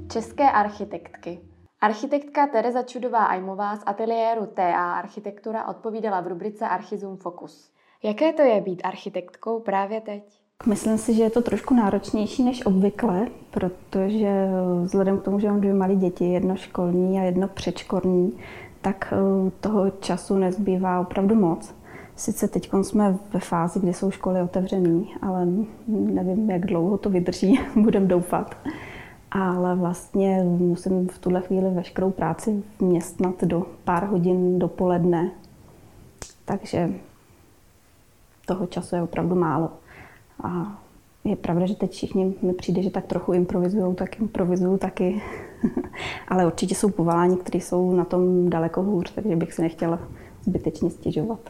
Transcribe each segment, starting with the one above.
České architektky. Architektka Tereza Čudová-Ajmová z ateliéru TA Architektura odpovídala v rubrice Archizum Focus. Jaké to je být architektkou právě teď? Myslím si, že je to trošku náročnější než obvykle, protože vzhledem k tomu, že mám 2 malé děti, jedno školní a jedno předškolní, tak toho času nezbývá opravdu moc. Sice teď jsme ve fázi, kdy jsou školy otevřené, ale nevím, jak dlouho to vydrží, budem doufat. Ale vlastně musím v tuhle chvíli veškerou práci vměstnat do pár hodin dopoledne, takže toho času je opravdu málo. A je pravda, že teď všichni mi přijde, že tak trochu improvizují taky. Ale určitě jsou povolání, které jsou na tom daleko hůř, takže bych si nechtěla zbytečně stěžovat.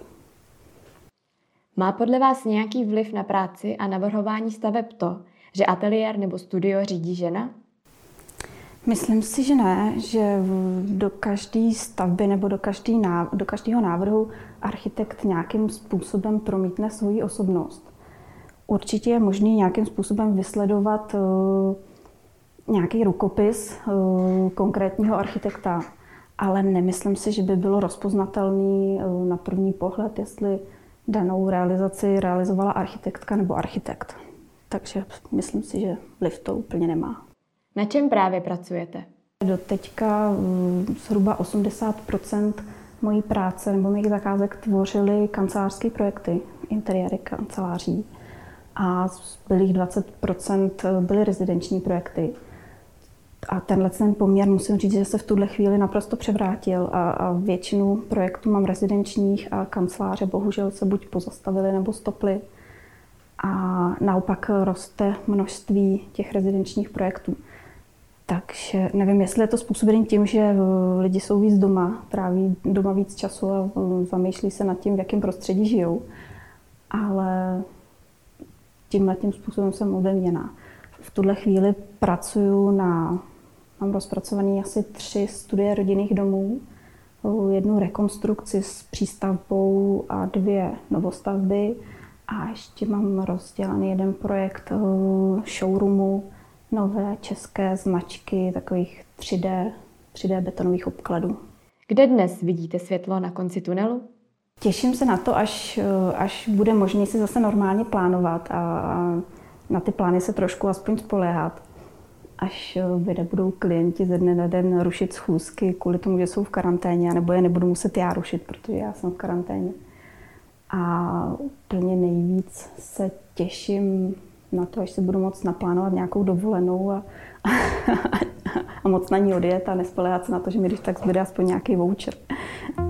Má podle vás nějaký vliv na práci a navrhování staveb to, že ateliér nebo studio řídí žena? Myslím si, že ne, že do každé stavby nebo do každého návrhu architekt nějakým způsobem promítne svoji osobnost. Určitě je možný nějakým způsobem vysledovat nějaký rukopis konkrétního architekta, ale nemyslím si, že by bylo rozpoznatelný na první pohled, jestli danou realizaci realizovala architektka nebo architekt. Takže myslím si, že vliv to úplně nemá. Na čem právě pracujete? Doteďka zhruba 80% mojí práce nebo mých zakázek tvořily kancelářské projekty, interiéry kanceláří. A zbylých 20% byly rezidenční projekty. A ten poměr musím říct, že se v tuhle chvíli naprosto převrátil a většinu projektů mám rezidenčních a kanceláře bohužel se buď pozastavily nebo stoply. A naopak roste množství těch rezidenčních projektů. Takže nevím, jestli je to způsobené tím, že lidi jsou víc doma, tráví doma víc času a zamýšlí se nad tím, v jakém prostředí žijou. Ale tímhletím způsobem jsem ovlivněná. V tuhle chvíli mám rozpracovaný asi 3 studie rodinných domů, 1 rekonstrukci s přístavbou a 2 novostavby. A ještě mám rozdělaný 1 projekt showroomu, nové české značky, takových 3D betonových obkladů. Kde dnes vidíte světlo na konci tunelu? Těším se na to, až bude možné si zase normálně plánovat a na ty plány se trošku aspoň spoléhat. Až nebudou klienti ze dne na den rušit schůzky kvůli tomu, že jsou v karanténě, nebo je nebudu muset já rušit, protože já jsem v karanténě. A úplně nejvíc se těším na to, až se budu moct naplánovat nějakou dovolenou a moc na ní odjet a nespoléhat se na to, že mi když tak zbyde aspoň nějaký voucher.